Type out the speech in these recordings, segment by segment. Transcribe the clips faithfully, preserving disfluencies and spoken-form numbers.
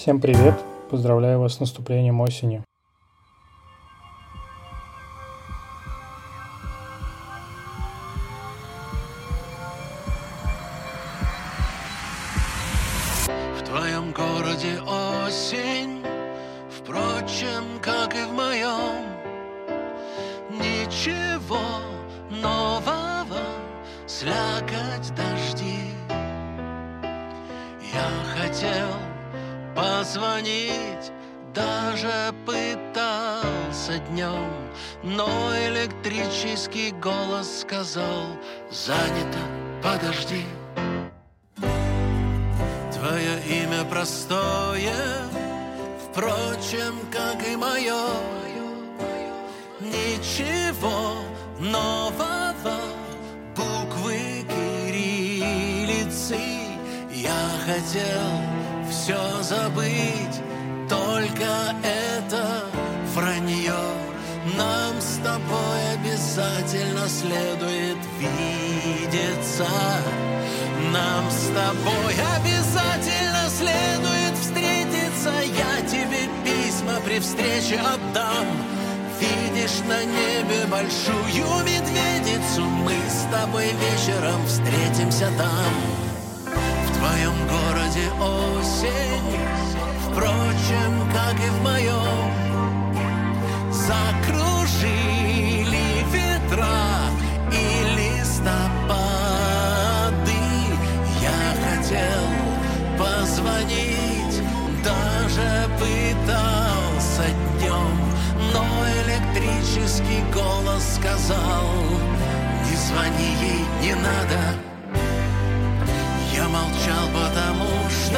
Всем привет! Поздравляю вас с наступлением осени. В твоем городе осень, впрочем, как и в моем. Ничего нового, слякоть, дожди. Я хотел позвонить, даже пытался днем, но электрический голос сказал: занято, подожди. Твое имя простое, впрочем, как и мое. Ничего нового, буквы кириллицы. Я хотел все забыть, только это вранье. Нам с тобой обязательно следует видеться. Нам с тобой обязательно следует встретиться. Я тебе письма при встрече отдам. Видишь на небе большую медведицу? Мы с тобой вечером встретимся там. В твоем городе осень, впрочем, как и в моем. Закружили ветра и листопады. Я хотел позвонить, даже пытался днем, но электрический голос сказал: не звони ей, не надо. Я молчал, потому что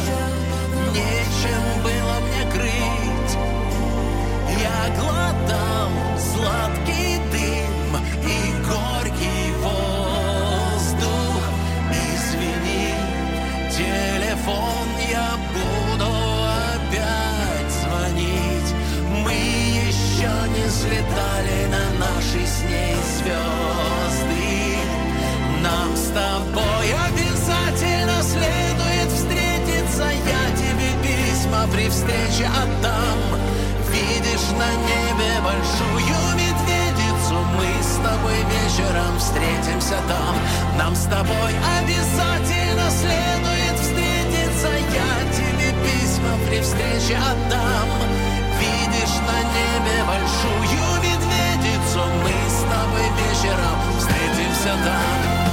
нечем было мне крыть. Я глотал сладкий дым и горький воздух. Извини, телефон, я буду опять звонить. Мы еще не взлетали на наши с ней звезды. Нам с тобой обязательно следует встретиться. Я тебе письма при встрече отдам. Видишь на небе большую медведицу? Мы с тобой вечером встретимся там. Нам с тобой обязательно следует встретиться. Я тебе письма при встрече отдам. Видишь на небе большую медведицу? Мы с тобой вечером встретимся там.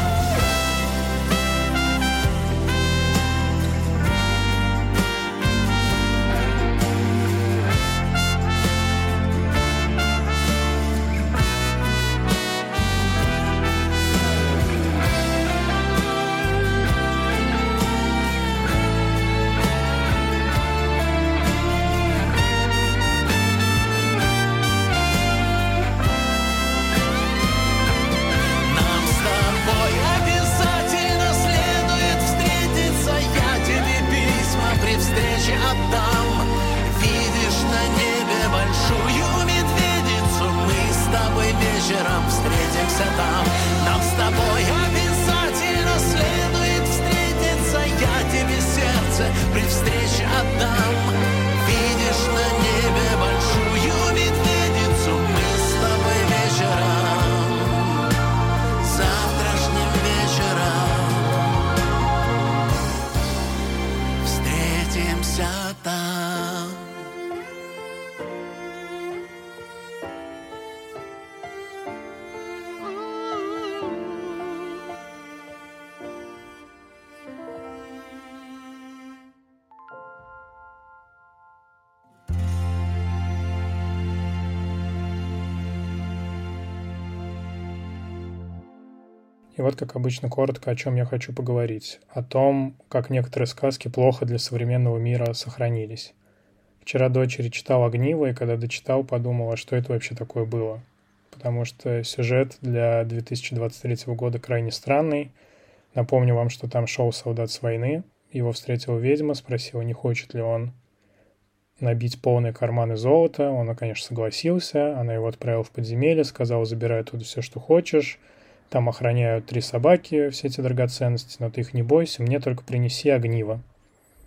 Вечером встретимся там. Нам с тобой обязательно следует встретиться. Я тебе сердце при встрече отдам. Видишь на небе большую медведицу? Мы с тобой вечером, завтрашним вечером встретимся там. И вот, как обычно, коротко, о чем я хочу поговорить. О том, как некоторые сказки плохо для современного мира сохранились. Вчера дочери читал «Огниво», и когда дочитал, подумал, а что это вообще такое было. Потому что сюжет для две тысячи двадцать третьего года крайне странный. Напомню вам, что там шел солдат с войны, его встретила ведьма, спросила, не хочет ли он набить полные карманы золота. Он, конечно, согласился, она его отправила в подземелье, сказала, забирай оттуда все, что хочешь. Там охраняют три собаки, все эти драгоценности, но ты их не бойся, мне только принеси огниво.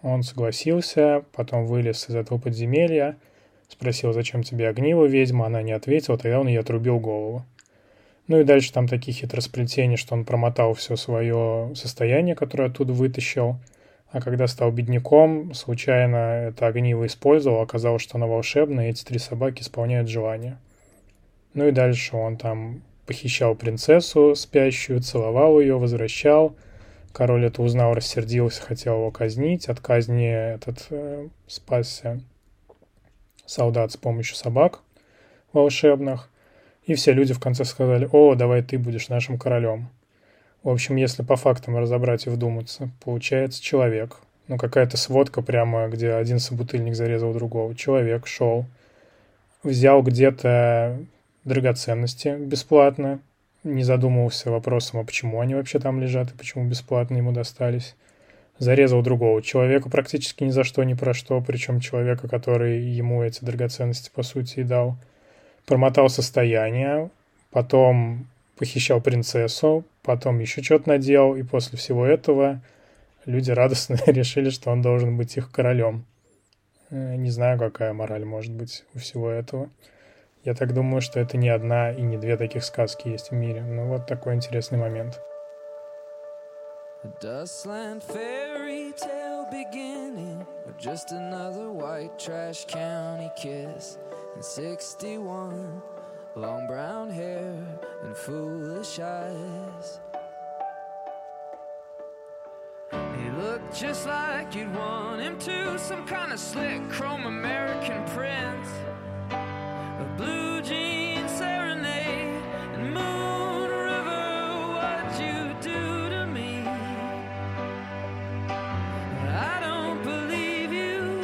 Он согласился, потом вылез из этого подземелья, спросил, зачем тебе огниво, ведьма, она не ответила, тогда он ей отрубил голову. Ну и дальше там такие хитросплетения, что он промотал все свое состояние, которое оттуда вытащил, а когда стал бедняком, случайно это огниво использовал, оказалось, что оно волшебное, и эти три собаки исполняют желания. Ну и дальше он там похищал принцессу спящую, целовал ее, возвращал. Король это узнал, рассердился, хотел его казнить. От казни этот э, спасся солдат с помощью собак волшебных. И все люди в конце сказали: «О, давай ты будешь нашим королем». В общем, если по фактам разобрать и вдуматься, получается человек. Ну, какая-то сводка прямо, где один собутыльник зарезал другого. Человек шел, взял где-то драгоценности бесплатно, не задумывался вопросом, а почему они вообще там лежат и почему бесплатно ему достались. Зарезал другого человека практически ни за что, ни про что, причем человека, который ему эти драгоценности, по сути, и дал. Промотал состояние, потом похищал принцессу, потом еще что-то наделал, и после всего этого люди радостно решили, что он должен быть их королем. Не знаю, какая мораль может быть у всего этого. Я так думаю, что это не одна и не две таких сказки есть в мире. Ну вот такой интересный момент. Dustland fairy tale beginning, or just another white trash county kiss. And sixty-one, long brown hair and foolish eyes. He looked just like you'd want him to, some kind of slick chrome American prince. A blue jean serenade and Moon River, what'd you do to me? I don't believe you.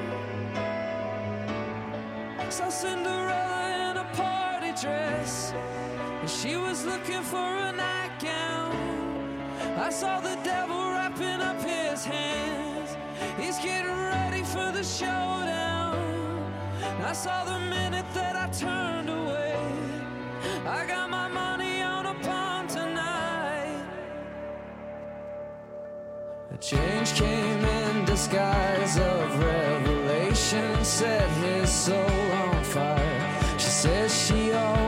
Saw Cinderella in a party dress, she was looking for a nightgown. I saw the devil wrapping up his hands, he's getting ready for the showdown. I saw the minute that I turned away, I got my money on a pawn tonight. A change came in disguise of revelation, set his soul on fire. She says she always